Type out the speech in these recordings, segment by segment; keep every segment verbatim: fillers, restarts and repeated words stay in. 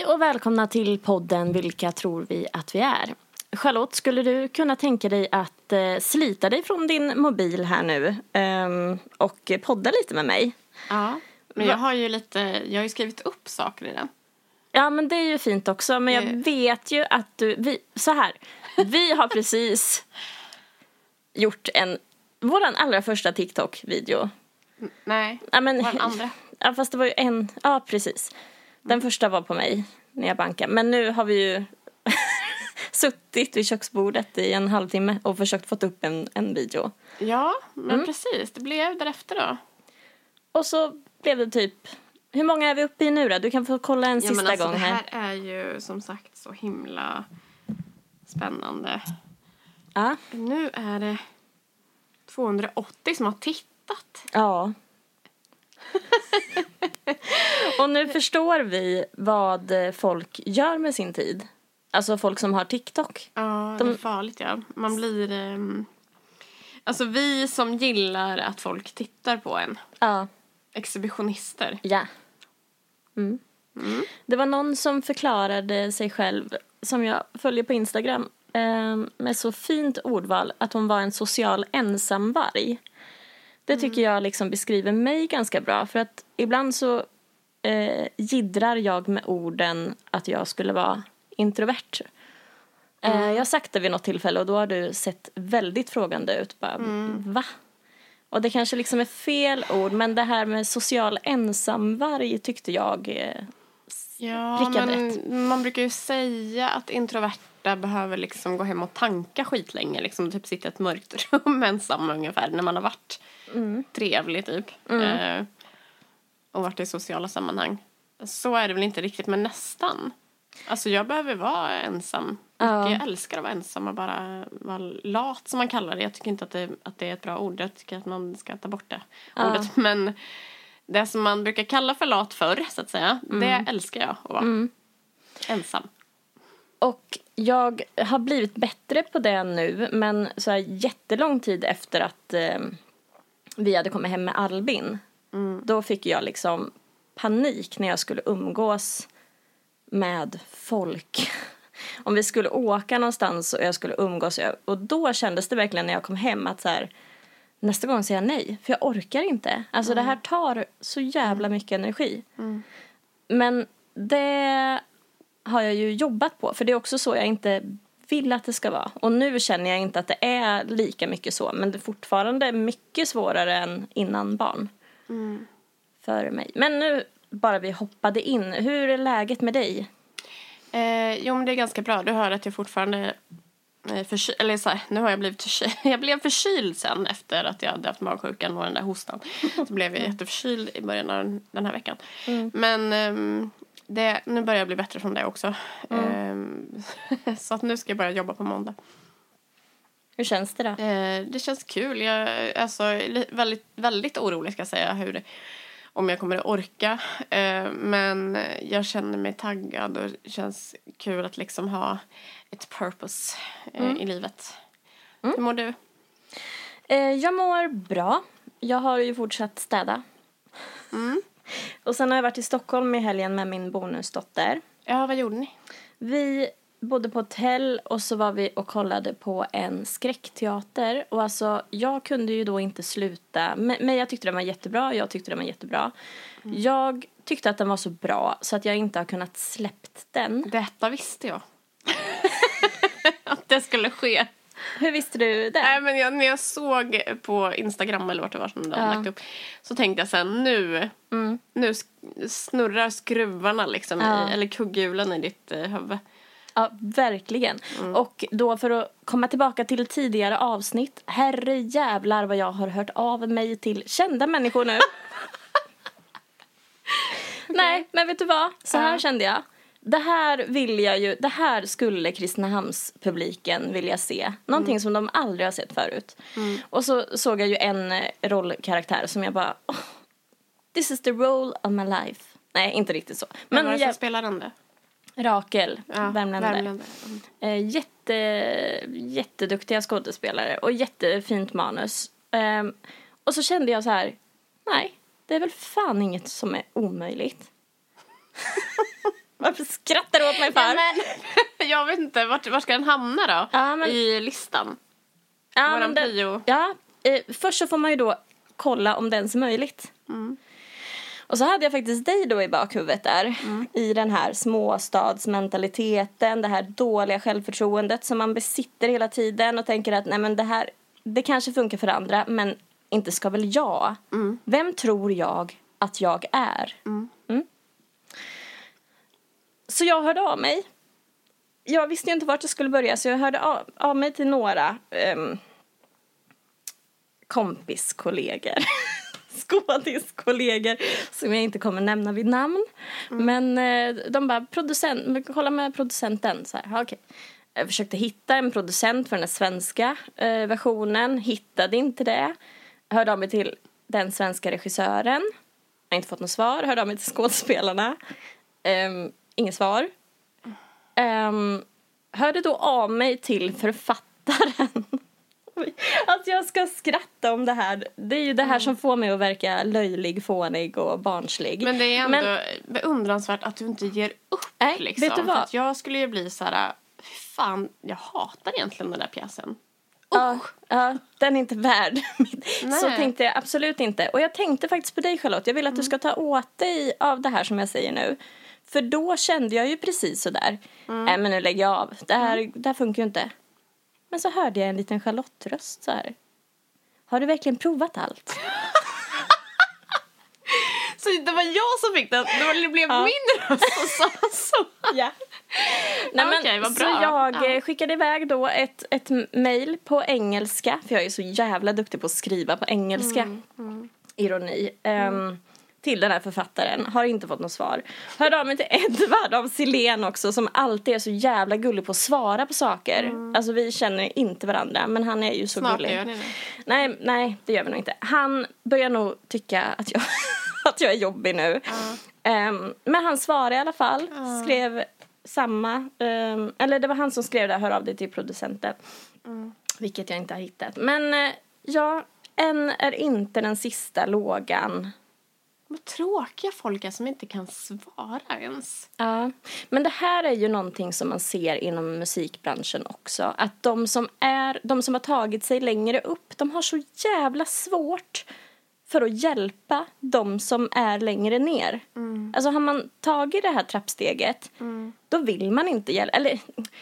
och välkomna till podden Vilka tror vi att vi är? Charlotte, skulle du kunna tänka dig att eh, slita dig från din mobil här nu eh, och podda lite med mig? Ja, men jag har ju lite, jag har ju skrivit upp saker i den. Ja, men det är ju fint också, men jag mm. vet ju att du, vi, så här, vi har precis gjort en, våran allra första TikTok-video. Nej, ja, men, våran andra. Ja, fast det var ju en, ja precis. Den mm. första var på mig när jag bankade, men nu har vi ju suttit vid köksbordet i en halvtimme och försökt få upp en, en video. Ja, men mm. precis, det blev därefter då. Och så blev det typ, hur många är vi uppe i nu då? Du kan få kolla en ja, sista men alltså, gång här. Det här är ju som sagt så himla spännande. Ja. Nu är det tvåhundraåttio som har tittat. Ja. Och nu förstår vi vad folk gör med sin tid. Alltså folk som har TikTok. Ja, de... det är farligt, ja. Man blir... Um... Alltså vi som gillar att folk tittar på en. Ja. Exhibitionister. Ja. Mm. Mm. Det var någon som förklarade sig själv, som jag följer på Instagram, eh, med så fint ordval, att hon var en social ensamvarg. Det tycker mm. jag liksom beskriver mig ganska bra. För att ibland så eh, giddrar jag med orden att jag skulle vara introvert. Mm. Eh, jag har sagt det vid något tillfälle och då har du sett väldigt frågande ut. Bara, mm. va? Och det kanske liksom är fel ord, men det här med social ensamvarg tyckte jag eh, ja, men rätt. Man brukar ju säga att introverta behöver liksom gå hem och tanka skitlänge. Liksom typ sitta i ett mörkt rum ensam ungefär när man har varit mm. trevlig typ. Mm. Eh, och varit i sociala sammanhang. Så är det väl inte riktigt, men nästan. Alltså jag behöver vara ensam. Ja. Jag älskar att vara ensam och bara vara lat som man kallar det. Jag tycker inte att det, att det är ett bra ord. Jag tycker att man ska ta bort det ja. ordet. Men det som man brukar kalla för lat förr, så att säga, mm. det älskar jag att vara mm. ensam. Och jag har blivit bättre på det nu, men så här jättelång tid efter att eh, vi hade kommit hem med Albin. Mm. Då fick jag liksom panik när jag skulle umgås med folk. Om vi skulle åka någonstans och jag skulle umgås. Och då kändes det verkligen när jag kom hem att så här, nästa gång säger jag nej. För jag orkar inte. Alltså mm. det här tar så jävla mycket energi. Mm. Men det har jag ju jobbat på. För det är också så jag inte vill att det ska vara. Och nu känner jag inte att det är lika mycket så. Men det är fortfarande mycket svårare än innan barn. Mm. För mig. Men nu bara vi hoppade in. Hur är läget med dig? Eh, jo, men det är ganska bra. Du hör att jag fortfarande är förkyld. Eller så här, nu har jag blivit förkyld. Jag blev förkyld sen efter att jag hade haft magsjukan och den där hostan. Så blev jag jätteförkyld i början av den här veckan. Mm. Men eh, det, nu börjar jag bli bättre från det också. Mm. Eh, så att nu ska jag börja jobba på måndag. Hur känns det då? Eh, det känns kul. Jag är alltså väldigt, väldigt orolig, ska jag säga, hur det, om jag kommer att orka. Eh, men jag känner mig taggad och det känns kul att liksom ha ett purpose eh, mm. i livet. Mm. Hur mår du? Eh, jag mår bra. Jag har ju fortsatt städa. Mm. Och sen har jag varit i Stockholm i helgen med min bonusdotter. Ja, vad gjorde ni? Vi bodde på hotell och så var vi och kollade på en skräckteater. Och alltså, jag kunde ju då inte sluta. Men jag tyckte den var jättebra, jag tyckte den var jättebra. Mm. Jag tyckte att den var så bra så att jag inte har kunnat släppt den. Detta visste jag. Att det skulle ske. Hur visste du det? Nej, men jag, när jag såg på Instagram eller vart det var som de hade ja. lagt upp, så tänkte jag sen, nu, mm. nu snurrar skruvarna liksom, ja. i, eller kugghjulen i ditt eh, huvud. Ja, verkligen. Mm. Och då för att komma tillbaka till tidigare avsnitt, herre jävlar vad jag har hört av mig till kända människor nu. Okay. Nej, men vet du vad? Så här uh. kände jag. Det här vill jag ju, det här skulle Kristinehamns publiken vilja se. Någonting mm. som de aldrig har sett förut. Mm. Och så såg jag ju en rollkaraktär som jag bara, oh, this is the role of my life. Nej, inte riktigt så. Men vad är det som spelar den där? Rakel, ja, värmländare. värmländare. Mm. Eh, jätte, jätteduktiga skådespelare och jättefint manus. Eh, och så kände jag så här, nej, det är väl fan inget som är omöjligt. Varför skrattar du åt mig för? Ja, men, jag vet inte, vart, vart ska den hamna då? Ja, men, I listan? Ja, men den, ja eh, först så får man ju då kolla om det ens är möjligt. Mm. Och så hade jag faktiskt dig då i bakhuvudet där. Mm. I den här småstadsmentaliteten. Det här dåliga självförtroendet som man besitter hela tiden. Och tänker att nej, men det här, det kanske funkar för andra. Men inte ska väl jag. Mm. Vem tror jag att jag är? Mm. Mm. Så jag hörde av mig. Jag visste ju inte vart jag skulle börja. Så jag hörde av, av mig till några um, kompiskollegor. Skådiskollegor som jag inte kommer nämna vid namn. Mm. Men eh, de bara, producent, kolla med producenten. Så här, okay. Jag försökte hitta en producent för den svenska eh, versionen. Hittade inte det. Hörde av mig till den svenska regissören. Jag har inte fått något svar. Hörde av mig till skådespelarna. Um, inget svar. Um, hörde då av mig till författaren. Att jag ska skratta om det här. Det är ju det här mm. som får mig att verka löjlig, fånig och barnslig. Men det är ändå Men, beundransvärt att du inte ger upp. Äh, liksom. Vet du vad? För att jag skulle ju bli så här, fan, jag hatar egentligen den där pjäsen. Ja, ja, den är inte värd. Så tänkte jag absolut inte. Och jag tänkte faktiskt på dig, Charlotte. Jag vill att mm. du ska ta åt dig av det här som jag säger nu. För då kände jag ju precis så där. Mm. Nej, men nu lägger jag av. Det här, mm. det här funkar ju inte. Men så hörde jag en liten Charlotte-röst så här. Har du verkligen provat allt? Så det var jag som fick den. Det blev ja. min röst och sa så. Ja. Nej, men, okay, vad bra. Så jag ja. skickade iväg då ett, ett mejl på engelska. För jag är så jävla duktig på att skriva på engelska. Mm, mm. Ironi. Mm. Um, till den här författaren. Har inte fått något svar. Hörde av mig till Edvard av Silén också. Som alltid är så jävla gullig på att svara på saker. Mm. Alltså vi känner inte varandra. Men han är ju så Snart gullig. Gör ni det? Nej, nej, det gör vi nog inte. Han börjar nog tycka att jag, att jag är jobbig nu. Uh. Um, men han svarade i alla fall. Uh. Skrev samma. Um, eller det var han som skrev det. Hör av dig till producenten. Mm. Vilket jag inte har hittat. Men uh, ja, än är inte den sista lågan. Vad tråkiga folk är som inte kan svara ens. Ja, men det här är ju någonting som man ser inom musikbranschen också. Att de som, är, de som har tagit sig längre upp, de har så jävla svårt för att hjälpa de som är längre ner. Mm. Alltså har man tagit det här trappsteget, mm. då vill man inte hjälpa. Eller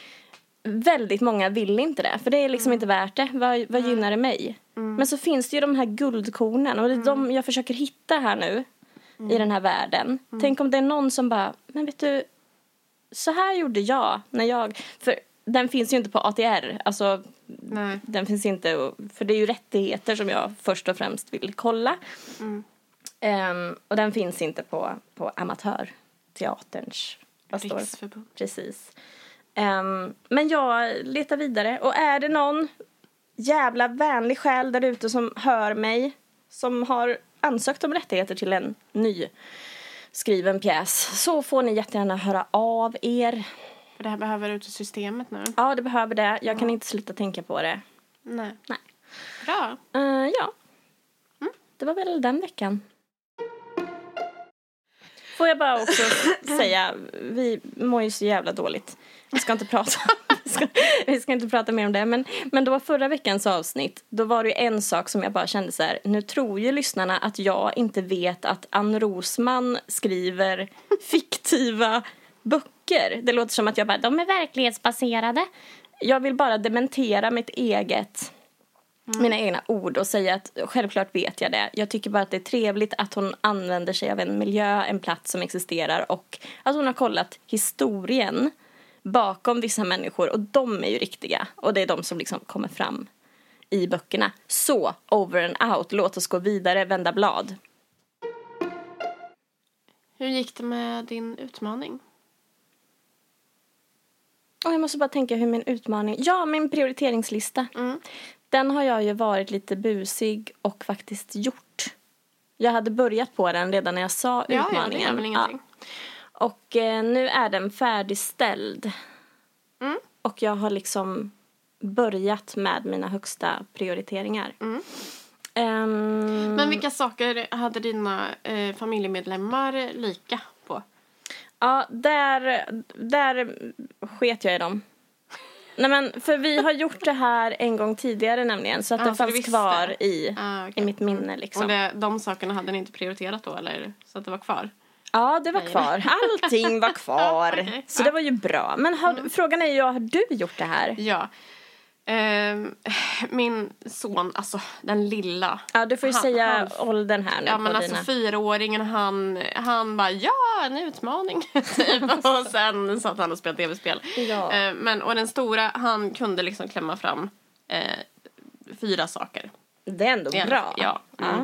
väldigt många vill inte det, för det är liksom mm. inte värt det. Vad, vad mm. gynnar det mig? Mm. Men så finns det ju de här guldkornen, och det är mm. de jag försöker hitta här nu. Mm. I den här världen. Mm. Tänk om det är någon som bara, men vet du, så här gjorde jag när jag, för den finns ju inte på A T R, alltså nej. Den finns inte, för det är ju rättigheter som jag först och främst vill kolla. Mm. Um, och den finns inte på, på amatörteaterns Riksförbund. Precis. Um, men jag letar vidare, och är det någon jävla vänlig själ där ute som hör mig, som har ansökt om rättigheter till en ny skriven pjäs, så får ni jättegärna höra av er. För det här behöver ut i systemet nu. Ja, det behöver det. Jag ja. kan inte sluta tänka på det. Nej. Nej. Bra. Uh, ja. Mm. Det var väl den veckan. Får jag bara också säga, vi mår ju så jävla dåligt. Vi ska inte prata vi, ska, vi ska inte prata mer om det. Men, men då var förra veckans avsnitt, då var det ju en sak som jag bara kände så här. Nu tror ju lyssnarna att jag inte vet att Ann Rosman skriver fiktiva böcker. Det låter som att jag bara, de är verklighetsbaserade. Jag vill bara dementera mitt eget... Mm. mina egna ord och säga att självklart vet jag det. Jag tycker bara att det är trevligt att hon använder sig av en miljö, en plats som existerar, och att hon har kollat historien bakom vissa människor, och de är ju riktiga, och det är de som liksom kommer fram i böckerna. Så, over and out, låt oss gå vidare, vända blad. Hur gick det med din utmaning? Och jag måste bara tänka hur min utmaning... Ja, min prioriteringslista. Mm. Den har jag ju varit lite busig och faktiskt gjort. Jag hade börjat på den redan när jag sa ja, utmaningen. Ja, det är väl ingenting. Ja. Och eh, nu är den färdigställd. Mm. Och jag har liksom börjat med mina högsta prioriteringar. Mm. Um, Men vilka saker hade dina eh, familjemedlemmar lika på? Ja, där, där sket jag i dem. Nej, men för vi har gjort det här en gång tidigare nämligen. Så att ah, det fanns kvar i, ah, okay. i mitt minne liksom. Och det, de sakerna hade ni inte prioriterat då, eller? Så att det var kvar? Ja, det var kvar. Allting var kvar. okay. Så det var ju bra. Men har, mm. frågan är ju, har du gjort det här? Ja. Eh, min son, alltså den lilla. Ja, du får ju han, säga han, åldern här nu. Ja, men alltså dina. fyraåringen, han, han bara, ja, en utmaning. typ. Och sen satt han och spelade tv-spel. Ja. Eh, men, och den stora, han kunde liksom klämma fram eh, fyra saker. Det är ändå bra. Ja. Mm.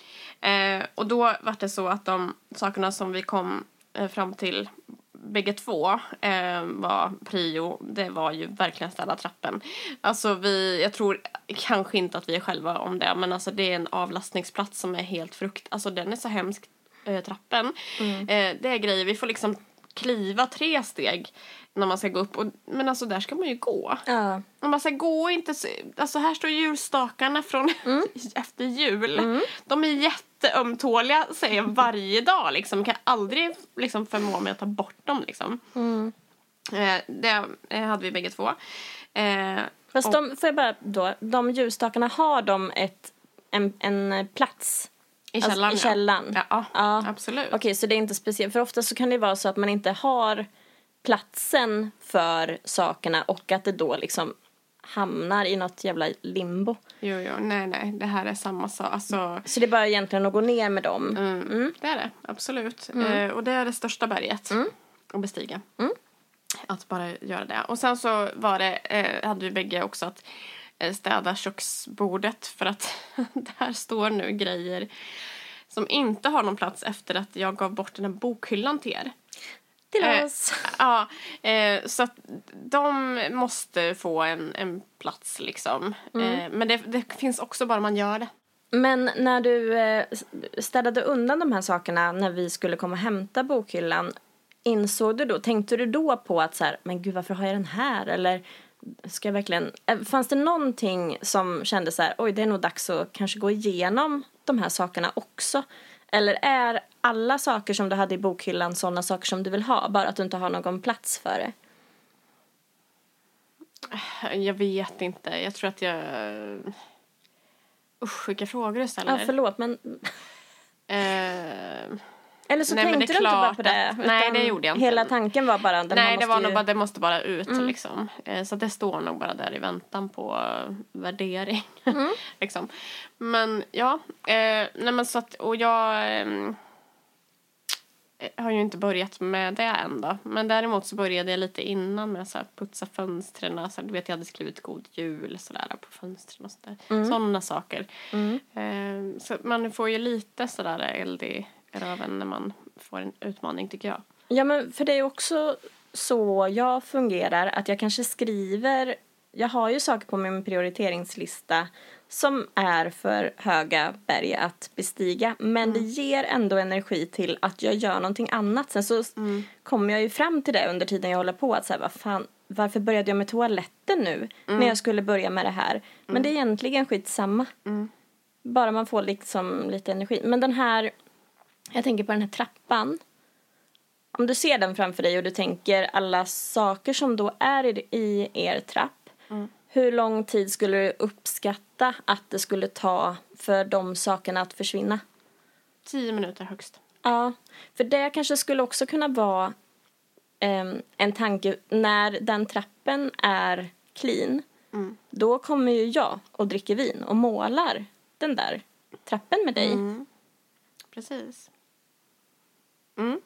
Eh, och då var det så att de sakerna som vi kom eh, fram till bägge två eh, var prio. Det var ju verkligen städa trappen. Alltså vi, jag tror kanske inte att vi är själva om det, men alltså det är en avlastningsplats som är helt frukt. Alltså den är så hemsk, eh, trappen. Mm. Eh, det är grejer, vi får liksom kliva tre steg när man ska gå upp. Och, men alltså där ska man ju gå. Ja. Och man ska gå inte... Alltså här står julstakarna från mm. efter jul. Mm. De är jätteömtåliga, säger jag varje dag. Liksom. Kan aldrig liksom, förmå mig att ta bort dem. Liksom. Mm. Eh, det hade vi bägge två. Eh, Fast och, de, får jag bara då, de ljusstakarna, har de ett, en, en plats? I källan, alltså, i källan. Ja. Ja, ja, absolut. Okej, okay, så det är inte speciellt. För ofta så kan det vara så att man inte har platsen för sakerna och att det då liksom hamnar i något jävla limbo. Jo, jo, nej, nej, det här är samma sak. Alltså, så det är bara egentligen att gå ner med dem? Mm, mm. Det är det, absolut. Mm. Eh, och det är det största berget mm. att bestiga. Mm. Att bara göra det. Och sen så var det, eh, hade vi bägge också att eh, städa köksbordet för att där står nu grejer som inte har någon plats efter att jag gav bort den här bokhyllan till er. Eh, ja, eh, så att de måste få en, en plats liksom. Mm. Eh, men det, det finns också bara man gör det. Men när du eh, städade undan de här sakerna när vi skulle komma och hämta bokhyllan, insåg du då, tänkte du då på att så här, men gud, varför har jag den här? Eller ska jag verkligen, fanns det någonting som kände så här, oj, det är nog dags att kanske gå igenom de här sakerna också? Eller är alla saker som du hade i bokhyllan sådana saker som du vill ha, bara att du inte har någon plats för det? Jag vet inte. Jag tror att jag... Usch, vilka frågor du ställer. Ja, förlåt, men... uh... Eller så nej, tänkte du inte bara på det. Att... Nej, det gjorde jag inte. Hela tanken var bara... Den nej, det var ju... nog bara, det måste bara ut mm. liksom. Så det står nog bara där i väntan på värdering. Mm. liksom. Men ja, eh, nej men så att, och jag eh, har ju inte börjat med det än då. Men däremot så började jag lite innan med så här putsa fönstren. Så här, du vet, jag hade skrivit god jul så där på fönstren och sådär. Mm. Sådana saker. Mm. Eh, så man får ju lite sådär eld i röven när man får en utmaning, tycker jag. Ja, men för det är också så jag fungerar, att jag kanske skriver, jag har ju saker på min prioriteringslista som är för höga berg att bestiga, men mm. det ger ändå energi till att jag gör någonting annat. Sen så mm. kommer jag ju fram till det under tiden jag håller på, att säga, vad fan, varför började jag med toaletten nu mm. när jag skulle börja med det här? Men mm. det är egentligen skitsamma. Mm. Bara man får liksom lite energi. Men den här, jag tänker på den här trappan. Om du ser den framför dig och du tänker alla saker som då är i er trapp. Mm. Hur lång tid skulle du uppskatta att det skulle ta för de sakerna att försvinna? Tio minuter högst. Ja, för det kanske skulle också kunna vara eh, en tanke när den trappen är clean. Mm. Då kommer ju jag och dricker vin och målar den där trappen med dig. Mm. Precis. Mm.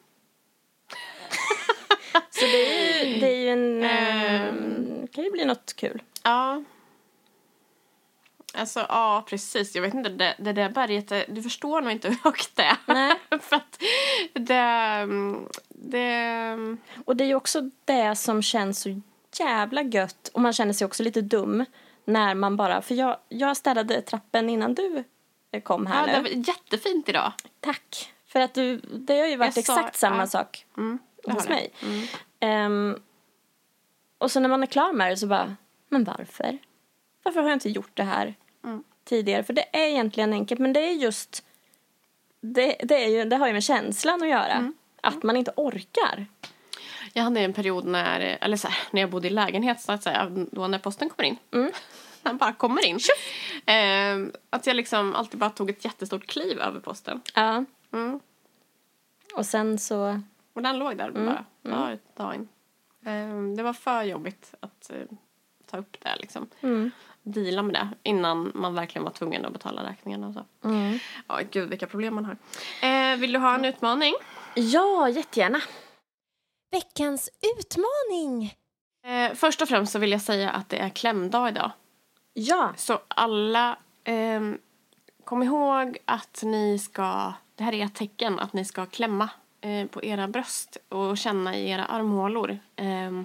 Så det är ju, det är ju en... Um, kan ju bli något kul. Ja. Alltså, ja, precis. Jag vet inte, det, det där berget, du förstår nog inte hur högt det är. Nej. För att det, det... Och det är ju också det som känns så jävla gött. Och man känner sig också lite dum när man bara... För jag, jag städade trappen innan du kom här ja, nu. Det var jättefint idag. Tack. För att du, det har ju varit jag exakt sa, samma ja. sak mm, hos det. mig. Mm. Um, och så när man är klar med det så bara, men varför? Varför har jag inte gjort det här mm. tidigare? För det är egentligen enkelt, men det är just, det, det, är ju, det har ju med känslan att göra. Mm. Att man inte orkar. Jag hade en period när, eller så här, när jag bodde i lägenhet så att säga, då när posten kommer in. Mm. Den bara kommer in. Eh, att jag liksom alltid bara tog ett jättestort kliv över posten. Ja. Mm. Och sen så... Och den låg där Mm. bara, dag ut, dag in. Eh, det var för jobbigt att eh, ta upp det liksom. Mm. Deala med det innan man verkligen var tvungen att betala räkningarna och så. Mm. Ja, gud vilka problem man har. Eh, vill du ha en utmaning? Ja, jättegärna. Veckans utmaning! Eh, först och främst så vill jag säga att det är klämdag idag. Ja. Så alla, eh, kom ihåg att ni ska, det här är ett tecken att ni ska klämma eh, på era bröst och känna i era armhålor. Eh,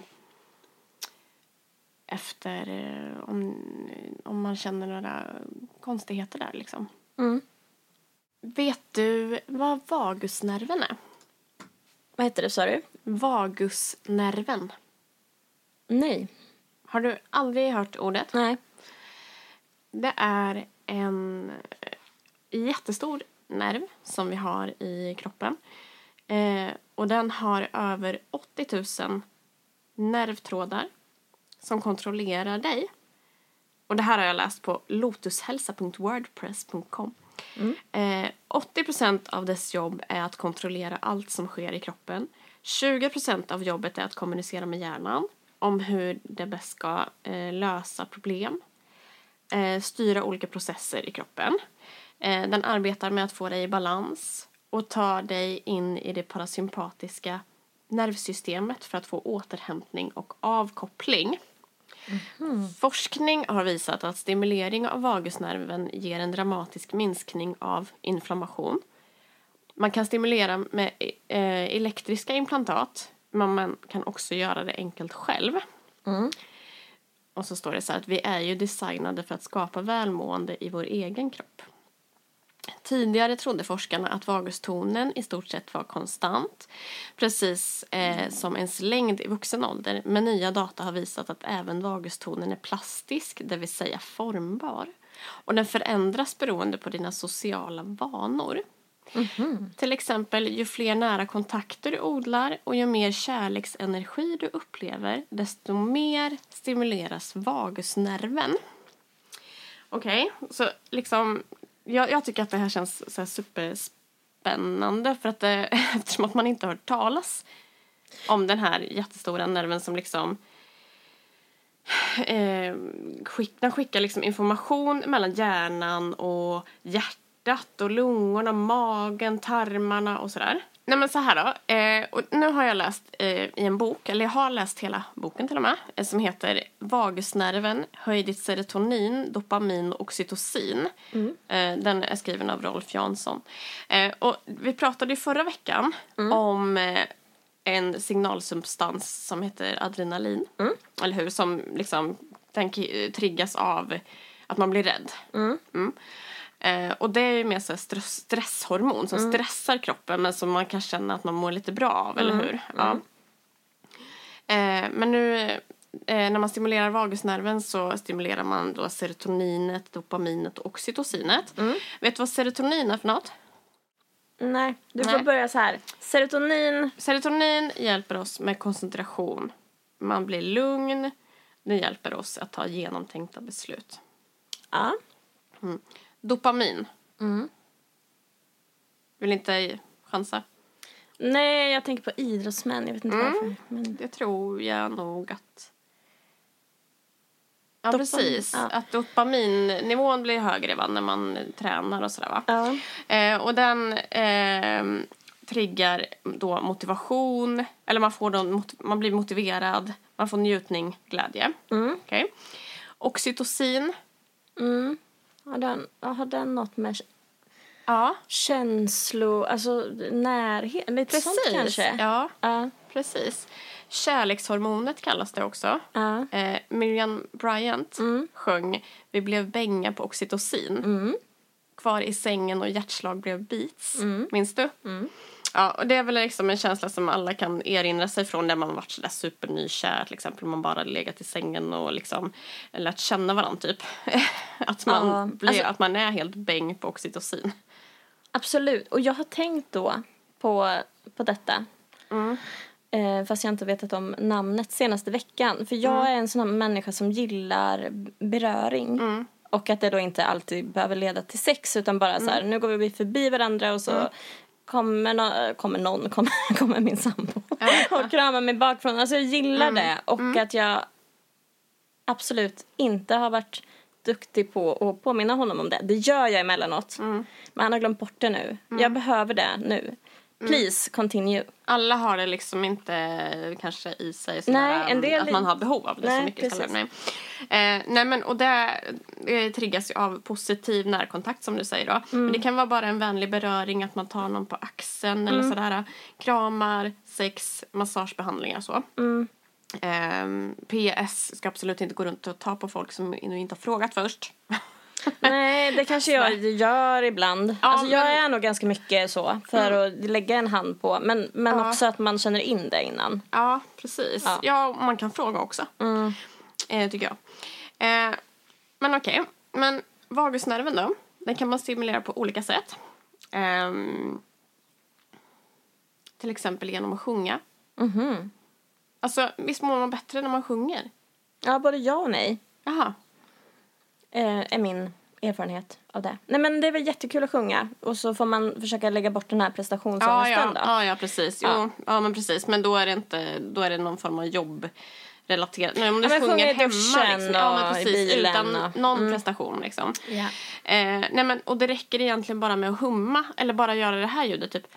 efter eh, om, om man känner några konstigheter där liksom. Mm. Vet du vad vagusnerven är? Vad heter det, sa du? Vagusnerven. Nej. Har du aldrig hört ordet? Nej. Det är en jättestor nerv som vi har i kroppen. Eh, och den har över åttio tusen nervtrådar som kontrollerar dig. Och det här har jag läst på lotushälsa punkt wordpress punkt com. Mm. Eh, åttio procent av dess jobb är att kontrollera allt som sker i kroppen. tjugo procent av jobbet är att kommunicera med hjärnan om hur det bäst ska eh, lösa problem. Eh, styra olika processer i kroppen. Eh, den arbetar med att få dig i balans och ta dig in i det parasympatiska nervsystemet för att få återhämtning och avkoppling. Mm. Forskning har visat att stimulering av vagusnerven ger en dramatisk minskning av inflammation. Man kan stimulera med eh, elektriska implantat, men man kan också göra det enkelt själv. Mm. Och så står det så här att vi är ju designade för att skapa välmående i vår egen kropp. Tidigare trodde forskarna att vagustonen i stort sett var konstant, precis eh, som ens längd i vuxen ålder. Men nya data har visat att även vagustonen är plastisk, det vill säga formbar. Och den förändras beroende på dina sociala vanor. Mm-hmm. Till exempel, ju fler nära kontakter du odlar och ju mer kärleksenergi du upplever, desto mer stimuleras vagusnerven. Okej, okay, så liksom... Jag, jag tycker att det här känns så här superspännande för att det, eftersom att man inte har hört talas om den här jättestora nerven som liksom eh, skick, den skickar liksom information mellan hjärnan och hjärtat och lungorna, magen, tarmarna och sådär. Nej men så här då, eh, och nu har jag läst eh, i en bok, eller jag har läst hela boken till och med, eh, som heter Vagusnerven, höj ditt serotonin, dopamin och oxytocin. Mm. Eh, den är skriven av Rolf Jansson. Eh, och vi pratade ju förra veckan mm. om eh, en signalsubstans som heter adrenalin, mm. eller hur, som liksom den triggas av att man blir rädd. Mm. Mm. Eh, och det är ju mer så här stress, stresshormon som mm. stressar kroppen men som man kan känna att man mår lite bra av, mm. eller hur? Ja. Mm. Eh, men nu eh, när man stimulerar vagusnerven så stimulerar man då serotoninet, dopaminet och oxytocinet. Mm. Vet du vad serotonin är för något? Nej, du får Nej. börja så här. Serotonin. Serotonin hjälper oss med koncentration. Man blir lugn. Det hjälper oss att ta genomtänkta beslut. Ja. Mm. Dopamin. Mm. Vill inte chansa? Nej, jag tänker på idrottsmän. Jag vet inte mm. varför. Men... Det tror jag nog att... Ja, Dopamin. precis. Ja. Att dopaminnivån blir högre va, när man tränar och sådär va. Ja. Eh, och den eh, triggar då motivation. Eller man, får då, man blir motiverad. Man får njutning, glädje. Mm. Okay. Oxytocin. Mm. Har den, har den något med ja. känslor, alltså närhet, lite precis. Sånt kanske? Ja, ja, precis. Kärlekshormonet kallas det också. Ja. Eh, Miriam Bryant mm. sjöng Vi blev bänga på oxytocin. Mm. Kvar i sängen och hjärtslag blev beats. Mm. Minns du? Mm. Ja, och det är väl liksom en känsla som alla kan erinra sig från när man varit sådär supernykär. Till exempel man bara legat i sängen och liksom lärt känna varandra typ. att, man ja, blir, alltså, att man är helt bäng på oxytocin. Absolut. Och jag har tänkt då på, på detta. Mm. Eh, fast jag inte vetat om namnet senaste veckan. För jag Mm. är en sån här människa som gillar beröring. Mm. Och att det då inte alltid behöver leda till sex. Utan bara mm. så här, nu går vi förbi varandra och så mm. kommer, no- kommer någon, kommer, kommer min sambo. och kramar mig bakifrån. Alltså jag gillar mm. det. Och mm. att jag absolut inte har varit duktig på att påminna honom om det. Det gör jag emellanåt. Mm. Men han har glömt bort det nu. Mm. Jag behöver det nu. Please, continue. Alla har det liksom inte kanske i sig så nej, där, en del att man har behov av det nej, så mycket. Precis. Nej. Eh, nej men och det, det triggas ju av positiv närkontakt som du säger då. Mm. Men det kan vara bara en vänlig beröring, att man tar någon på axeln mm. eller sådär. Kramar, sex, massagebehandlingar så. Mm. Eh, P S ska absolut inte gå runt och ta på folk som inte har frågat först. Nej, det kanske jag gör ibland. Ja, alltså jag men... är nog ganska mycket så för mm. att lägga en hand på. Men, men ja. också att man känner in det innan. Ja, precis. Ja, ja man kan fråga också. Mm. Eh, tycker jag. Eh, men okej. Okay. Men vagusnerven då? Den kan man stimulera på olika sätt. Eh, till exempel genom att sjunga. Mm-hmm. Alltså, visst mår man bättre när man sjunger? Ja, både ja och nej. Jaha. Är min erfarenhet av det. Nej men det är väl jättekul att sjunga. Och så får man försöka lägga bort den här prestationsångesten ja, ja. då. Ja, ja, precis. Jo, ja. ja, men precis. Men då är det inte, då är det någon form av jobb relaterat. Nej, om du ja, sjunger hemma liksom. Ja, men precis. I bilen utan och... någon mm. prestation liksom. Ja. Eh, nej men, och det räcker egentligen bara med att humma. Eller bara göra det här ljudet typ.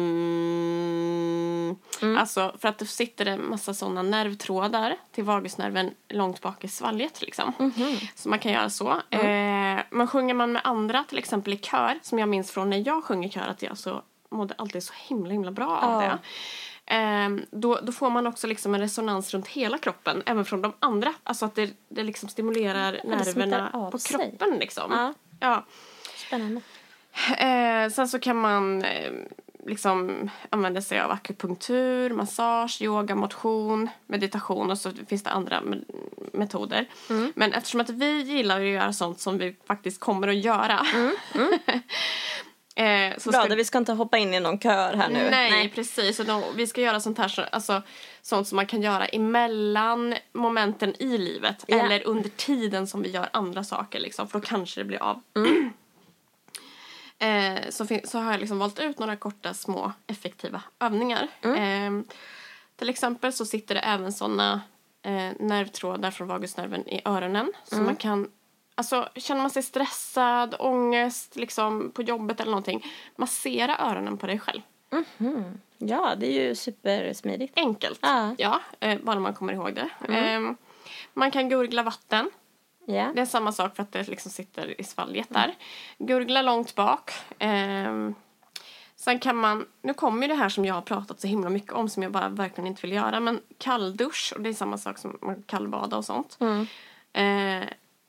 Mm. Mm. Alltså för att det sitter en massa sådana nervtrådar till vagusnerven långt bak i svalget liksom. Mm-hmm. Så man kan göra så. Mm. Eh, men sjunger man med andra, till exempel i kör, som jag minns från när jag sjunger kör, att jag så mådde alltid så himla himla bra av oh. det. Eh, då, då får man också liksom en resonans runt hela kroppen, även från de andra. Alltså att det, det liksom stimulerar ja, nerverna på sig. Kroppen liksom. Ja. Ja. Spännande. Eh, sen så kan man eh, liksom använda sig av akupunktur, massage, yoga, motion, meditation och så finns det andra me- metoder. Mm. Men eftersom att vi gillar att göra sånt som vi faktiskt kommer att göra. Mm. Mm. eh, så Bra, ska... vi ska inte hoppa in i någon kör här nu. Nej, Nej. precis. Och då, vi ska göra sånt här, så, alltså, sånt som man kan göra emellan momenten i livet. Yeah. Eller under tiden som vi gör andra saker. Liksom, för då kanske det blir av. Mm. Eh, så, fin- så har jag liksom valt ut några korta, små, effektiva övningar. Mm. Eh, till exempel så sitter det även såna eh, nervtrådar från vagusnerven i öronen. Så mm. man kan, alltså känner man sig stressad, ångest liksom på jobbet eller någonting, massera öronen på dig själv. Mm-hmm. Ja, det är ju supersmidigt. Enkelt, ah. ja, eh, bara man kommer ihåg det. Mm. Eh, man kan gurgla vatten. Yeah. Det är samma sak för att det liksom sitter i svalget där. Mm. Gurgla långt bak. Eh, sen kan man... Nu kommer ju det här som jag har pratat så himla mycket om, som jag bara verkligen inte vill göra. Men kalldusch, och det är samma sak som man kallbada och sånt. Mm. Eh,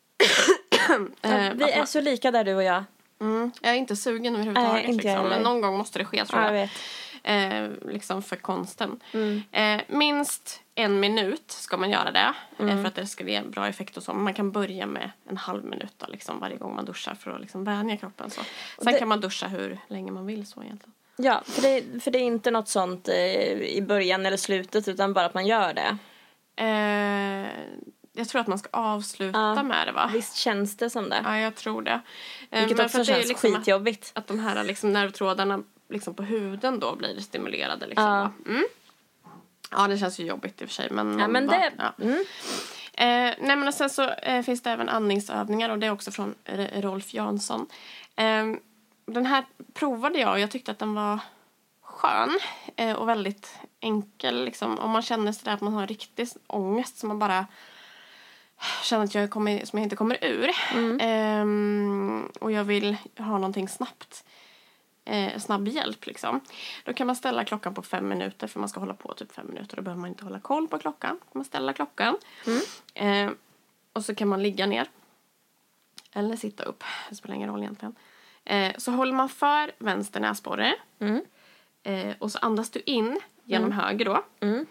ja, vi är man, så lika där, du och jag. Mm, jag är inte sugen överhuvudtaget. Äh, inte liksom, men någon gång måste det ske, tror jag. jag. Vet. Eh, liksom för konsten. Mm. Eh, minst en minut ska man göra det. Mm. Eh, för att det ska ge en bra effekt och så. Man kan börja med en halv minut då, liksom, varje gång man duschar, för att liksom vänja kroppen. Så. Sen det... kan man duscha hur länge man vill så egentligen. Ja, för det, för det är inte något sånt eh, i början eller slutet, utan bara att man gör det. Eh, jag tror att man ska avsluta ja, med det, va? Visst känns det som det. Ja, jag tror det. Eh, Vilket också känns liksom skitjobbigt. Att, att de här liksom, nervtrådarna liksom på huden då blir stimulerade liksom. Ja. Mm. Ja, det känns ju jobbigt i och för sig, men, ja, men bara, det ja. Mm. Eh, nej, men sen så eh, finns det även andningsövningar, och det är också från R- Rolf Jansson. Eh, den här provade jag och jag tyckte att den var skön eh, och väldigt enkel liksom. Om man känner sådär att man har riktig ångest som man bara känner att jag, kommer, som jag inte kommer ur. Mm. Eh, och jag vill ha någonting snabbt. Eh, snabb hjälp liksom. Då kan man ställa klockan på fem minuter, för man ska hålla på typ fem minuter. Då behöver man inte hålla koll på klockan. Då kan man ställa klockan. Mm. Eh, och så kan man ligga ner. Eller sitta upp. Det spelar ingen roll egentligen. Eh, så håller man för vänster näsborre. Mm. Eh, och så andas du in genom mm. höger då. Mm.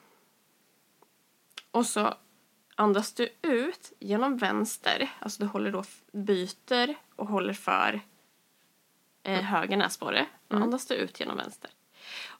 Och så andas du ut genom vänster. Alltså du håller då, byter och håller för eh, höger näsborre. Och mm. andas du ut genom vänster.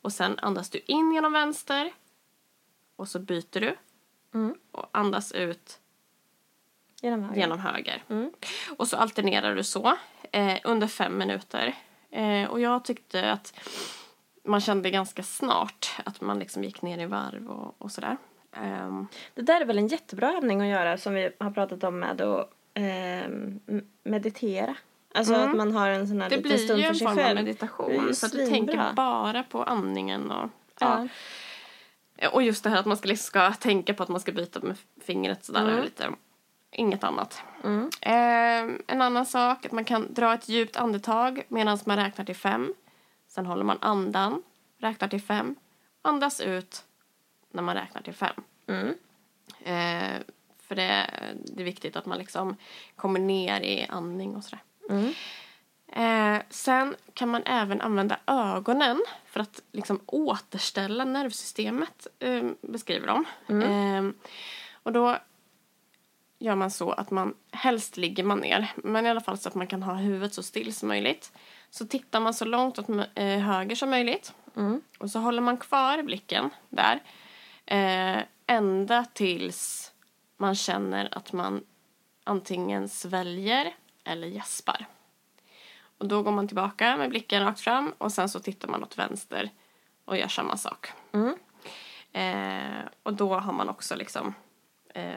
Och sen andas du in genom vänster. Och så byter du. Mm. Och andas ut Genom höger. genom höger. Mm. Och så alternerar du så eh, under fem minuter. Eh, och jag tyckte att man kände ganska snart att man liksom gick ner i varv och, och sådär. Um, det där är väl en jättebra övning att göra som vi har pratat om med att eh, meditera. Alltså mm. att man har en sån här liten stund för sig själv. Det blir ju en form av meditation. Så att du tänker bara på andningen. Och, ja. Ja. och just det här att man ska, liksom ska tänka på att man ska byta med fingret sådär. Mm. Lite, inget annat. Mm. Eh, en annan sak att man kan dra ett djupt andetag medan man räknar till fem. Sen håller man andan, räknar till fem. Andas ut när man räknar till fem. Mm. Eh, för det, det är viktigt att man liksom kommer ner i andning och sådär. Mm. Eh, sen kan man även använda ögonen för att liksom återställa nervsystemet, eh, beskriver de. Mm. Eh, och då gör man så att man helst ligger man ner, men i alla fall så att man kan ha huvudet så still som möjligt. Så tittar man så långt åt eh, höger som möjligt. Mm. Och så håller man kvar blicken där. Eh, ända tills man känner att man antingen sväljer eller gäspar. Och då går man tillbaka med blicken rakt fram. Och sen så tittar man åt vänster och gör samma sak. Mm. Eh, och då har man också liksom eh,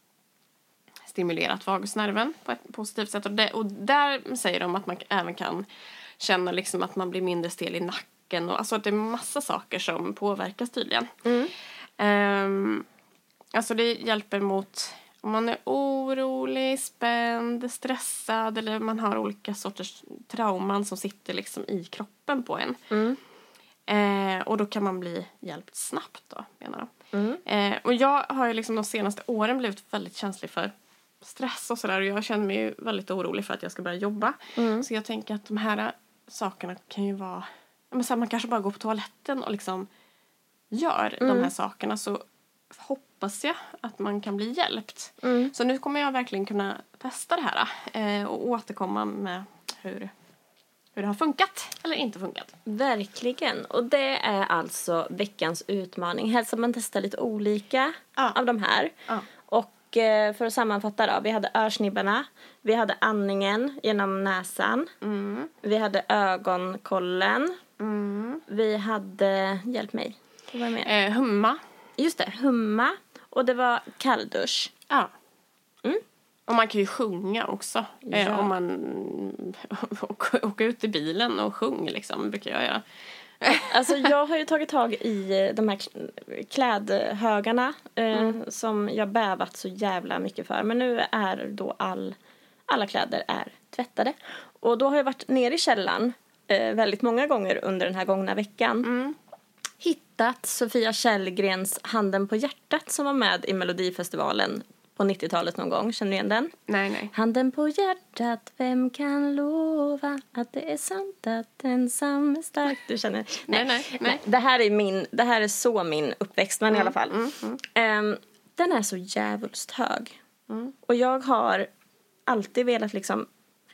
stimulerat vagusnerven på ett positivt sätt. Och, det, och där säger de att man även kan känna liksom att man blir mindre stel i nacken. Och, alltså att det är massa saker som påverkas tydligen. Mm. Um, alltså det hjälper mot om man är orolig, spänd, stressad eller man har olika sorters trauman som sitter liksom i kroppen på en. Mm. Eh, och då kan man bli hjälpt snabbt då, menar de. Mm. Eh, och jag har ju liksom de senaste åren blivit väldigt känslig för stress och sådär. Och jag känner mig ju väldigt orolig för att jag ska börja jobba. Mm. Så jag tänker att de här sakerna kan ju vara... Men så här, man kanske bara går på toaletten och liksom gör Mm. de här sakerna. Så hoppas jag att man kan bli hjälpt. Mm. Så nu kommer jag verkligen kunna testa det här. Eh, och återkomma med hur, hur det har funkat eller inte funkat. Verkligen. Och det är alltså veckans utmaning. Helst att man testar lite olika Ja. av de här. Ja. Och eh, för att sammanfatta då. Vi hade örsnibbarna. Vi hade andningen genom näsan. Mm. Vi hade ögonkollen. Mm. Vi hade, hjälp mig. Vad var det mer? Eh, humma. Just det, humma. Och det var kalldusch. Ja. Mm. Och man kan ju sjunga också. Ja. Eh, om man åker åka ut i bilen och sjunger liksom, brukar jag göra. Alltså jag har ju tagit tag i de här klädhögarna eh, Mm. som jag bävat så jävla mycket för. Men nu är då all, alla kläder är tvättade. Och då har jag varit nere i källaren eh, väldigt många gånger under den här gångna veckan. Mm. Hittat Sofia Källgrens Handen på hjärtat som var med i Melodifestivalen på nittiotalet någon gång. Känner du igen den? Nej, nej. Handen på hjärtat, vem kan lova att det är sant att ensam är stark? Du känner? Nej, nej, nej. Det här är min, det här är så min uppväxt, men i alla fall. Mm, mm. Ehm, den är så jävulst hög. Mm. Och jag har alltid velat liksom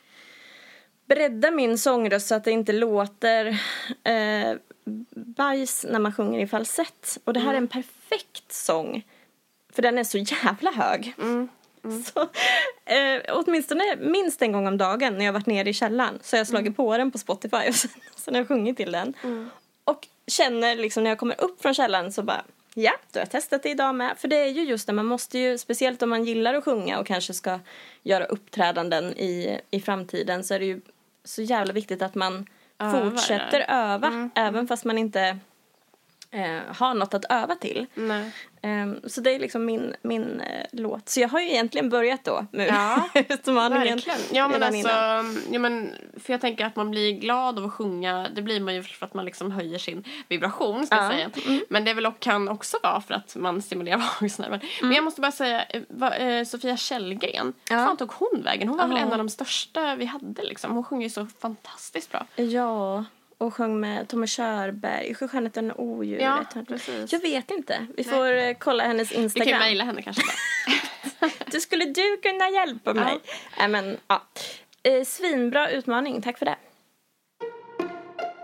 bredda min sångröst så att det inte låter eh, bajs när man sjunger i falsett. Och det här är en perfekt sång. För den är så jävla hög. Mm. Mm. Så, eh, åtminstone minst en gång om dagen när jag har varit nere i källaren. Så jag har slagit mm. på den på Spotify och sen, sen har jag sjungit till den. Mm. Och känner liksom när jag kommer upp från källaren så bara, ja, då har jag testat det idag med. För det är ju just det, man måste ju, speciellt om man gillar att sjunga och kanske ska göra uppträdanden i, i framtiden, så är det ju så jävla viktigt att man Övar. fortsätter öva. Mm. Även fast man inte eh, har något att öva till. Nej. Um, så det är liksom min, min uh, låt. Så jag har ju egentligen börjat då med Ja, utmaningen. verkligen. Ja, men redan alltså, innan. ja, men, för jag tänker att man blir glad av att sjunga. Det blir man ju för att man liksom höjer sin vibration, ska Ja. jag säga. Mm. Men det väl och kan också vara för att man stimulerar vagusnerven. Mm. Men jag måste bara säga, eh, va, eh, Sofia Källgren, Ja. fan tog hon vägen? Hon var väl Ja. en av de största vi hade liksom. Hon sjunger ju så fantastiskt bra. Ja, och sjöng med Thomas Körberg, Sjöstjärneten och odjuret. Ja, precis. Jag vet inte. Vi Nej. får uh, kolla hennes Vi kan Instagram. mejla henne kanske bara. Du skulle du kunna hjälpa mig? Nej, men ja. Eh, svinbra utmaning, tack för det.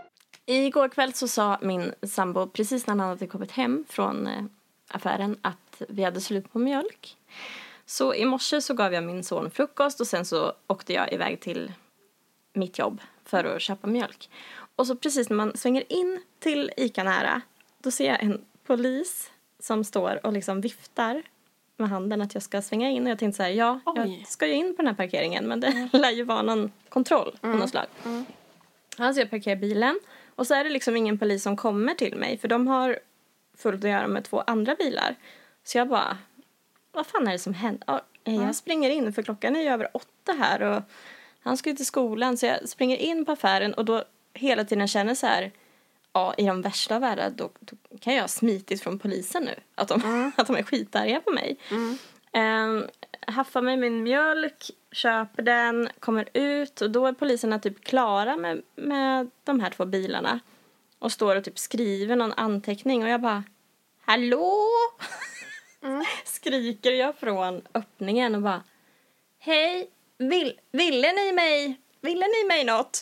Igår kväll så sa min sambo, precis när han hade kommit hem från eh, affären, att vi hade slut på mjölk. Så i morse så gav jag min son frukost och sen så åkte jag iväg till mitt jobb för att köpa mjölk. Och så precis när man svänger in till Ica nära, då ser jag en polis som står och liksom viftar med handen att jag ska svänga in. Och jag tänkte så här, ja, Oj. jag ska ju in på den här parkeringen, men det mm. lär ju vara någon kontroll på mm. något slag. Mm. Alltså jag parkerar bilen och så är det liksom ingen polis som kommer till mig, för de har fullt att göra med två andra bilar. Så jag bara, vad fan är det som händer? Ja, jag mm. springer in, för klockan är ju över åtta här och han ska ju till skolan, så jag springer in på affären och då hela tiden känner så här, ja, i de värsta av världar, då, då kan jag ha smitit från polisen nu. Att de, mm. att de är skitarga på mig. Mm. Um, haffar mig min mjölk, köper den, kommer ut och då är poliserna typ klara med, med de här två bilarna. Och står och typ skriver någon anteckning och jag bara, hallå? Mm. Skriker jag från öppningen och bara, hej, vill, ville ni mig, ville ni mig något?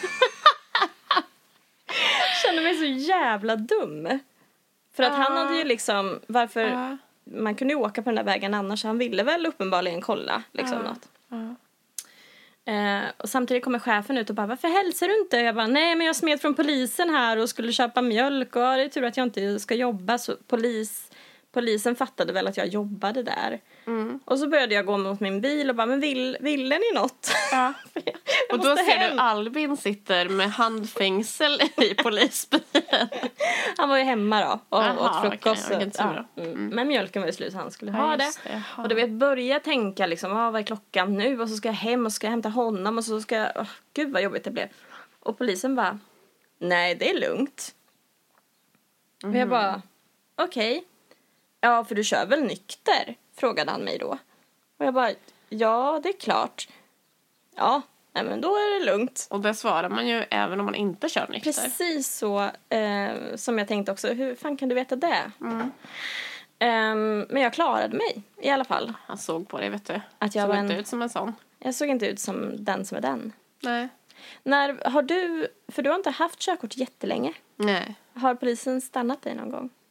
Kände mig så jävla dum. För att uh, han hade ju liksom, varför, uh. man kunde ju åka på den där vägen annars, han ville väl uppenbarligen kolla liksom uh. något. Uh. Uh, och samtidigt kommer chefen ut och bara, varför hälsar du inte? Jag bara, nej men jag smet från polisen här och skulle köpa mjölk och det är tur att jag inte ska jobba. Så polis, polisen fattade väl att jag jobbade där. Mm. Och så började jag gå mot min bil och bara, men vill, ville ni något? Ja. Och då ser hem. Du Albin sitter med handfängsel i polisbilen. Han var ju hemma då och Aha, åt frukost. Okay, ja. mm. Mm. Men mjölken var ju slut så han skulle ja, ha det. det. Och du vet, börja tänka liksom, ah, vad är klockan nu? Och så ska jag hem och ska jag hämta honom och så ska jag, oh, gud vad jobbigt det blev. Och polisen bara, nej det är lugnt. Mm. Och jag bara, okej. Okay. Ja, för du kör väl nykter? Frågade han mig då. Och jag bara, ja det är klart. Ja, nej, men då är det lugnt. Och det svarar man ju även om man inte kör nykter. Precis så eh, som jag tänkte också. Hur fan kan du veta det? Mm. Um, men jag klarade mig i alla fall. Han såg på dig, vet du. Att jag såg en... inte ut som en sån. Jag såg inte ut som den som är den. Nej. När har du, för du har inte haft körkort jättelänge. Nej. Har polisen stannat dig någon gång?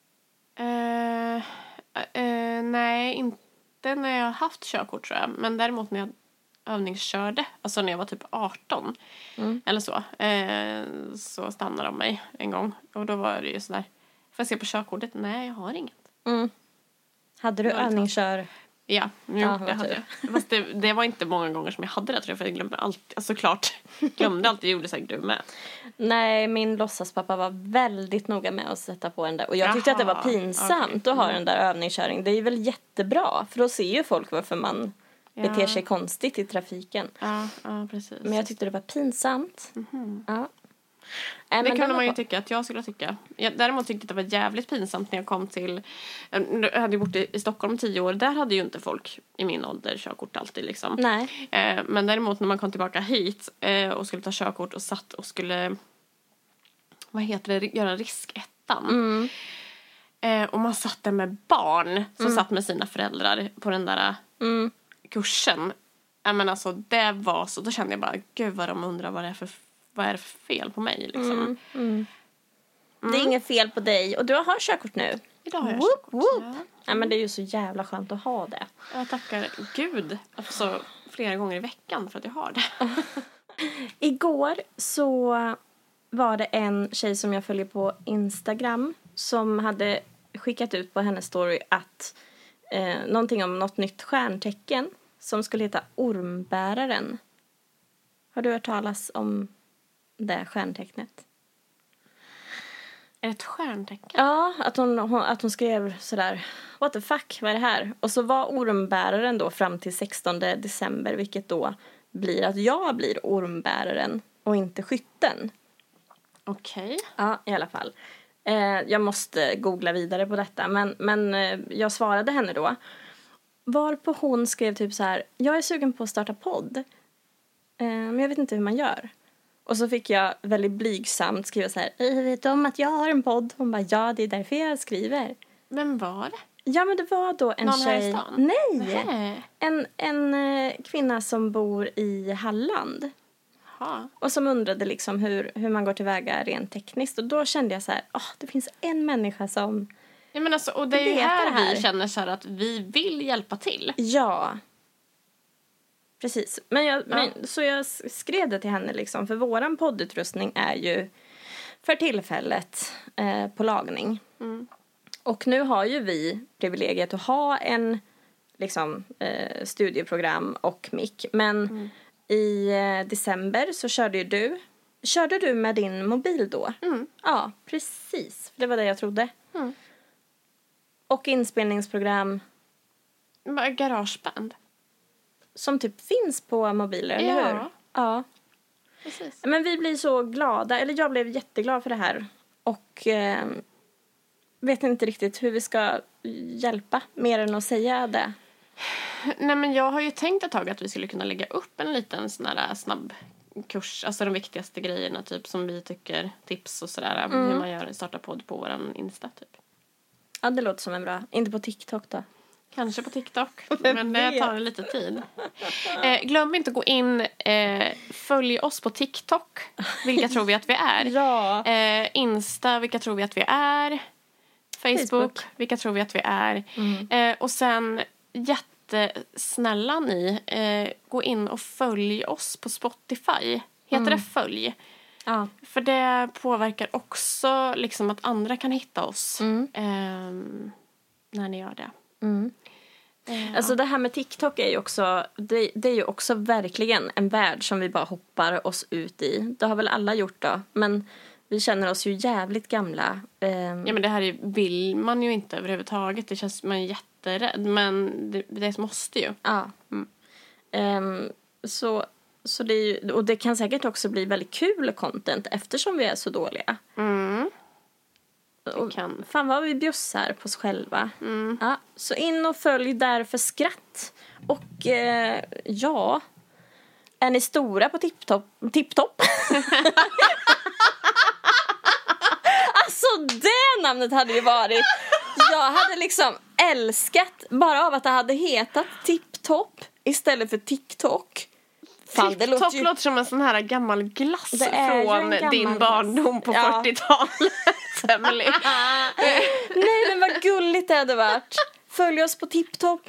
Uh, uh, nej, inte när jag har haft körkort tror jag. Men däremot när jag övningskörde, alltså när jag var typ arton mm. eller så, eh, så stannade de mig en gång. Och då var det ju sådär, får jag se på körkortet? Nej, jag har inget. Mm. Hade du övningskör? Ja, jo, ja, det hade jag. Fast det, det var inte många gånger som jag hade det tror jag, för jag glömde alltid, alltså klart, glömde alltid, gjorde säkert du med. Nej, min låtsaspappa var väldigt noga med att sätta på den där. Och jag tyckte Jaha, att det var pinsamt okay. att ha mm. den där övningskörning. Det är väl jättebra, för då ser ju folk varför man ja. beter sig konstigt i trafiken. Ja, ja, precis. Men jag tyckte det var pinsamt. Mm-hmm. Ja. Äh, det kunde man ju tycka att jag skulle tycka. Jag, däremot tyckte det var jävligt pinsamt när jag kom till... Jag hade ju bott i, i Stockholm tio år. Där hade ju inte folk i min ålder körkort alltid liksom. Nej. Eh, men däremot när man kom tillbaka hit eh, och skulle ta körkort och satt och skulle... Vad heter det? Göra riskettan. Mm. Eh, och man satt där med barn som mm. satt med sina föräldrar på den där mm. kursen. Eh, men alltså det var så... Då kände jag bara, gud vad de undrar vad det är för... Vad är det för fel på mig liksom? Mm, mm. Mm. Det är inget fel på dig. Och du har körkort nu. Idag har jag whoop, körkort. Whoop. Ja. Ja, men det är ju så jävla skönt att ha det. Jag tackar Gud alltså, flera gånger i veckan för att jag har det. Igår så var det en tjej som jag följer på Instagram som hade skickat ut på hennes story att eh, någonting om något nytt stjärntecken som skulle heta ormbäraren. Har du hört talas om det stjärntecknet? Ett stjärntecken? Ja, att hon, hon, att hon skrev sådär, what the fuck, vad är det här? Och så var ormbäraren då fram till sextonde december, vilket då blir att jag blir ormbäraren och inte skytten. Okej. Okay. Ja, i alla fall. Eh, jag måste googla vidare på detta, men, men eh, jag svarade henne då. Varpå hon skrev typ så här, jag är sugen på att starta podd. Eh, men jag vet inte hur man gör. Och så fick jag väldigt blygsamt skriva så här, jag vet om att jag har en podd. Hon bara, ja det är därför jag skriver. Vem var det? Ja men det var då en Någon tjej. Här i stan? Nej! En, en eh, kvinna som bor i Halland. Jaha. Och som undrade liksom hur, hur man går tillväga rent tekniskt. Och då kände jag så här, oh, det finns en människa som... Ja, men alltså, och det är ju här, det här vi känner så här att vi vill hjälpa till. Ja. Precis. Men jag, ja. men, så jag skrev det till henne liksom. För våran poddutrustning är ju för tillfället eh, på lagning. Mm. Och nu har ju vi privilegiet att ha en liksom, eh, studieprogram och mic. Men mm. i eh, december så körde ju du. Körde du med din mobil då? Mm. Ja, precis. Det var det jag trodde. Mm. Och inspelningsprogram. GarageBand. Som typ finns på mobiler, ja. eller hur? Ja. Precis. Men vi blir så glada. Eller jag blev jätteglad för det här. Och eh, vet inte riktigt hur vi ska hjälpa. Mer än att säga det. Nej, men jag har ju tänkt ett tag att vi skulle kunna lägga upp en liten sån här snabb kurs. Alltså de viktigaste grejerna typ som vi tycker. Tips och sådär. Mm. Hur man gör en starta podd på våran Insta typ. Ja, det låter som en bra. Inte på TikTok då. Kanske på TikTok, men det tar lite tid. Eh, glöm inte att gå in, eh, följ oss på TikTok. Vilka tror vi att vi är? Ja. Eh, Insta, vilka tror vi att vi är? Facebook, Facebook. Vilka tror vi att vi är? Mm. Eh, och sen, jättesnälla ni, eh, gå in och följ oss på Spotify. Heter mm. det följ? Ja. För det påverkar också liksom att andra kan hitta oss mm. eh, när ni gör det. Mm. Ja. Alltså det här med TikTok är ju också det, det är ju också verkligen en värld som vi bara hoppar oss ut i. Det har väl alla gjort då, men vi känner oss ju jävligt gamla. Um, ja, men det här är, vill man ju inte överhuvudtaget. Det känns man är jätterädd, men det, det måste ju. Ja. Mm. Um, så så det är ju, och det kan säkert också bli väldigt kul content eftersom vi är så dåliga. Mm. Och kan. Fan vad vi bjussar på oss själva. Mm. Ja, så in och följ där för skratt. Och eh, ja, är ni stora på tipptopp? Tipptopp? Alltså det namnet hade ju varit. Jag hade liksom älskat bara av att det hade hetat tipptopp istället för TikTok. Fan, det låter, ju... låter som en sån här gammal glass från gammal din barndom på ja. fyrtiotalet. Nej, men vad gulligt det hade varit. Följ oss på TikTok.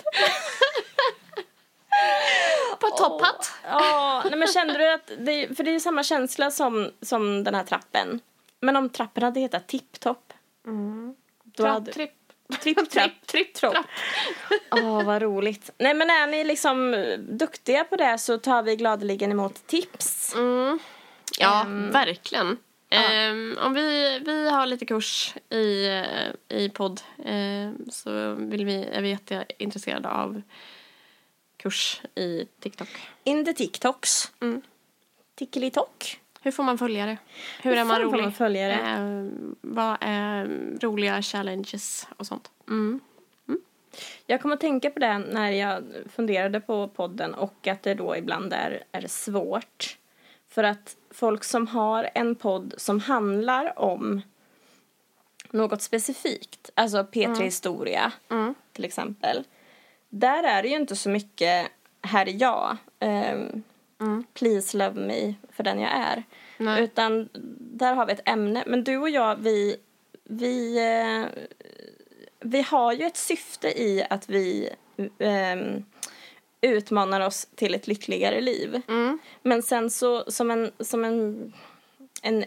På topphatt. Ja, nej, men kände du att det, för det är ju samma känsla som, som den här trappen. Men om trappen hade hetat tipptopp. Mm. Då Trapp, hade... tripp. Tripp, trapp, tripp, trapp. Åh, oh, vad roligt. Nej, men är ni liksom duktiga på det så tar vi gladeligen emot tips. Mm. Ja, um, verkligen. Ja. Um, om vi, vi har lite kurs i, i podd um, så vill vi, är vi jätteintresserade av kurs i TikTok. In the TikToks. Mm. Tickelitok. Hur får man följa det? Hur, Hur är man rolig? Man följa det? Eh, vad är roliga challenges och sånt? Mm. Mm. Jag kommer att tänka på det när jag funderade på podden och att det då ibland är, är svårt. För att folk som har en podd som handlar om något specifikt, alltså P tre mm. Historia mm. till exempel. Där är det ju inte så mycket här är jag. Um, Mm. Please love me för den jag är. Nej. Utan där har vi ett ämne. Men du och jag, vi, vi, eh, vi har ju ett syfte i att vi eh, utmanar oss till ett lyckligare liv. Mm. Men sen så som en, som en, en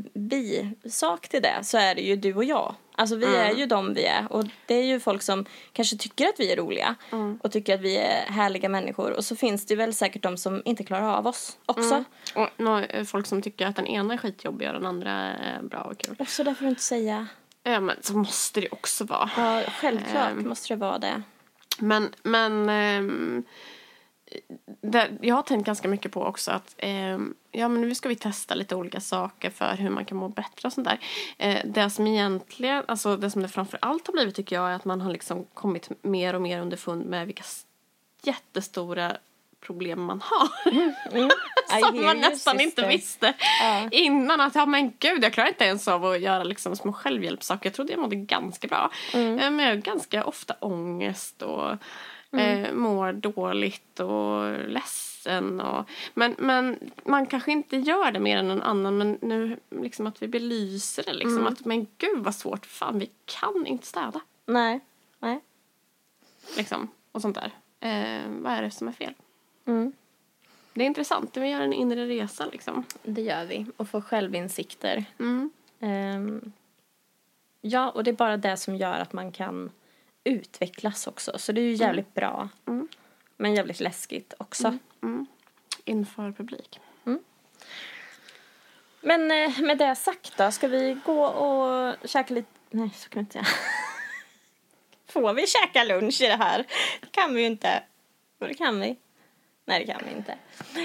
bisak till det så är det ju du och jag. Alltså vi mm. är ju de vi är. Och det är ju folk som kanske tycker att vi är roliga. Mm. Och tycker att vi är härliga människor. Och så finns det väl säkert de som inte klarar av oss också. Mm. Och no, folk som tycker att den ena är skitjobbig och den andra är bra och kul. Och så där får du inte säga. Ja, men så måste det också vara. Ja, självklart um, måste det vara det. Men, men um, det, jag har tänkt ganska mycket på också att um, ja, men nu ska vi testa lite olika saker för hur man kan må bättre och sånt där. Eh, det som egentligen, alltså det som det framför allt har blivit tycker jag är att man har liksom kommit mer och mer underfund med vilka jättestora problem man har. Mm. Mm. Som man nästan inte visste ja. innan. Att ja men gud, jag klarar inte ens av att göra liksom små självhjälpssaker. Jag trodde jag mådde ganska bra. Mm. Men jag har ganska ofta ångest och Mm. Eh, mår dåligt och ledsen. Och, men, men man kanske inte gör det mer än någon annan. Men nu liksom att vi belyser det. Liksom, mm. att, men gud vad svårt. Fan, vi kan inte städa. Nej. Nej. Liksom, och sånt där. Eh, vad är det som är fel? Mm. Det är intressant. Vi gör en inre resa liksom. Det gör vi. Och får självinsikter. Mm. Um, ja, och det är bara det som gör att man kan utvecklas också. Så det är ju jävligt mm. bra. Mm. Men jävligt läskigt också. Mm. Mm. Inför publik. Mm. Men eh, med det sagt då, ska vi gå och käka lite... Nej, så kan vi inte säga. Får vi käka lunch i det här? Det kan vi ju inte. Det kan vi. Nej, det kan vi inte.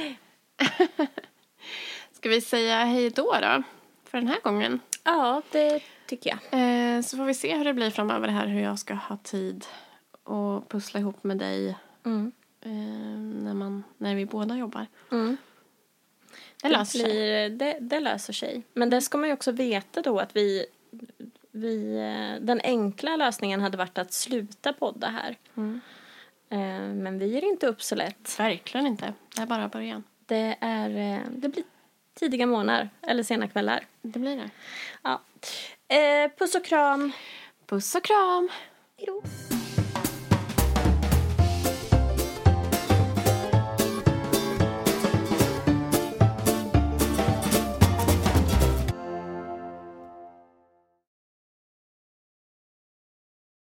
Ska vi säga hej då då? För den här gången. Ja, det tycker jag. Eh, så får vi se hur det blir framöver här. Hur jag ska ha tid att pussla ihop med dig. Mm. Eh, när, man, när vi båda jobbar. Mm. Det löser det blir, sig. Det, det löser sig. Men det ska man ju också veta då att vi... vi den enkla lösningen hade varit att sluta podda här. Mm. Eh, men vi ger inte upp så lätt. Verkligen inte. Det är bara början. Det, är, det blir tidiga morgnar eller sena kvällar. Det blir det. Ja. Eh, puss och kram. Puss och kram. Hejdå.